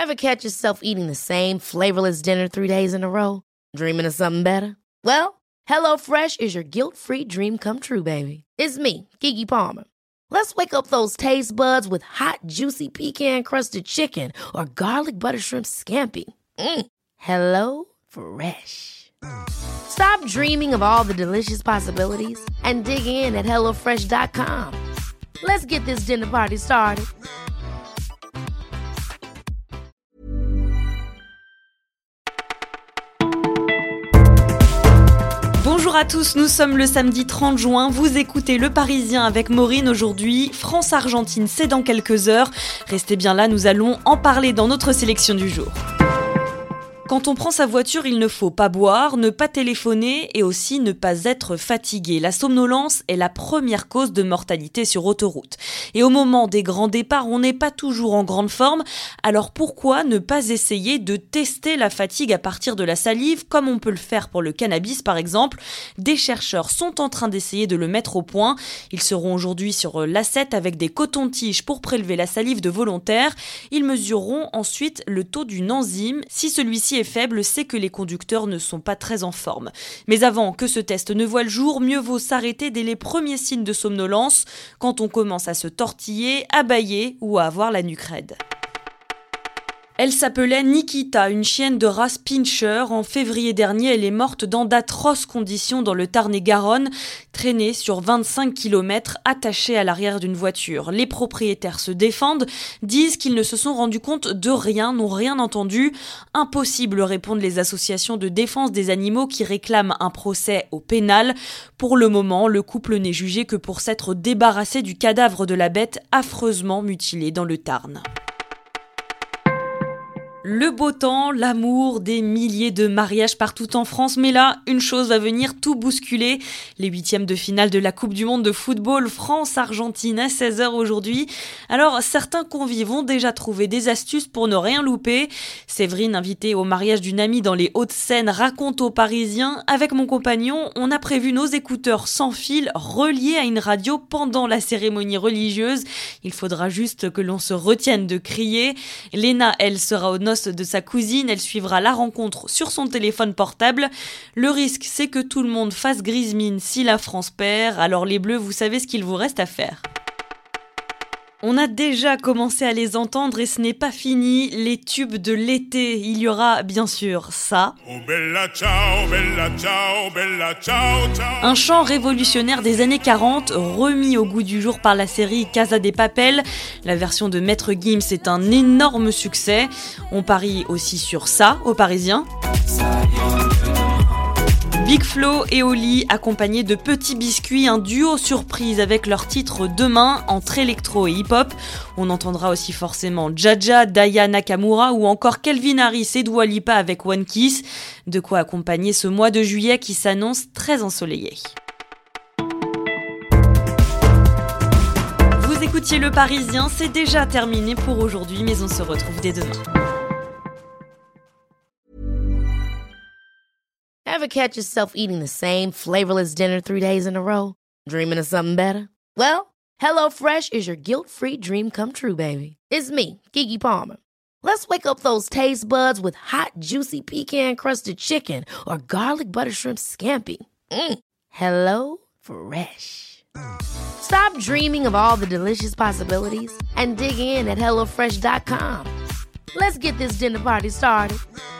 Ever catch yourself eating the same flavorless dinner 3 days in a row? Dreaming of something better? Well, HelloFresh is your guilt-free dream come true, baby. It's me, Keke Palmer. Let's wake up those taste buds with hot, juicy pecan-crusted chicken or garlic butter shrimp scampi. Hello Fresh. Stop dreaming of all the delicious possibilities and dig in at HelloFresh.com. Let's get this dinner party started. Bonjour à tous, nous sommes le samedi 30 juin, vous écoutez Le Parisien avec Maureen aujourd'hui. France-Argentine, c'est dans quelques heures. Restez bien là, nous allons en parler dans notre sélection du jour. Quand on prend sa voiture, il ne faut pas boire, ne pas téléphoner et aussi ne pas être fatigué. La somnolence est la première cause de mortalité sur autoroute. Et au moment des grands départs, on n'est pas toujours en grande forme. Alors pourquoi ne pas essayer de tester la fatigue à partir de la salive, comme on peut le faire pour le cannabis par exemple? Des chercheurs sont en train d'essayer de le mettre au point. Ils seront aujourd'hui sur l'A7 avec des cotons-tiges pour prélever la salive de volontaires. Ils mesureront ensuite le taux d'une enzyme. Si celui-ci est faible, c'est que les conducteurs ne sont pas très en forme. Mais avant que ce test ne voie le jour, mieux vaut s'arrêter dès les premiers signes de somnolence, quand on commence à se tortiller, à bâiller ou à avoir la nuque raide. Elle s'appelait Nikita, une chienne de race Pinscher. En février dernier, elle est morte dans d'atroces conditions dans le Tarn-et-Garonne, traînée sur 25 km, attachée à l'arrière d'une voiture. Les propriétaires se défendent, disent qu'ils ne se sont rendus compte de rien, n'ont rien entendu. Impossible, répondent les associations de défense des animaux qui réclament un procès au pénal. Pour le moment, le couple n'est jugé que pour s'être débarrassé du cadavre de la bête affreusement mutilée dans le Tarn. Le beau temps, l'amour, des milliers de mariages partout en France, mais là, une chose va venir tout bousculer. Les 8e de finale de la Coupe du Monde de football, France-Argentine à 16h aujourd'hui. Alors, certains convives ont déjà trouvé des astuces pour ne rien louper. Séverine, invitée au mariage d'une amie dans les Hauts-de-Seine, raconte aux Parisiens: avec mon compagnon, on a prévu nos écouteurs sans fil reliés à une radio pendant la cérémonie religieuse. Il faudra juste que l'on se retienne de crier. Léna, elle, sera au de sa cousine, elle suivra la rencontre sur son téléphone portable. Le risque, c'est que tout le monde fasse grise mine si la France perd. Alors les Bleus, vous savez ce qu'il vous reste à faire. On a déjà commencé à les entendre et ce n'est pas fini, les tubes de l'été. Il y aura bien sûr ça. Oh bella ciao, bella ciao, bella ciao, ciao. Un chant révolutionnaire des années 40, remis au goût du jour par la série Casa de Papel. La version de Maître Gims est un énorme succès. On parie aussi sur ça aux Parisiens. Big Flo et Oli, accompagnés de Petits Biscuits, un duo surprise avec leur titre Demain, entre électro et hip-hop. On entendra aussi forcément Jaja, Daya Nakamura ou encore Calvin Harris et Dua Lipa avec One Kiss. De quoi accompagner ce mois de juillet qui s'annonce très ensoleillé. Vous écoutiez Le Parisien, c'est déjà terminé pour aujourd'hui, mais on se retrouve dès demain. Ever catch yourself eating the same flavorless dinner 3 days in a row? Dreaming of something better? Well, HelloFresh is your guilt-free dream come true, baby. It's me, Keke Palmer. Let's wake up those taste buds with hot, juicy pecan-crusted chicken or garlic butter shrimp scampi. Hello Fresh. Stop dreaming of all the delicious possibilities and dig in at HelloFresh.com. Let's get this dinner party started.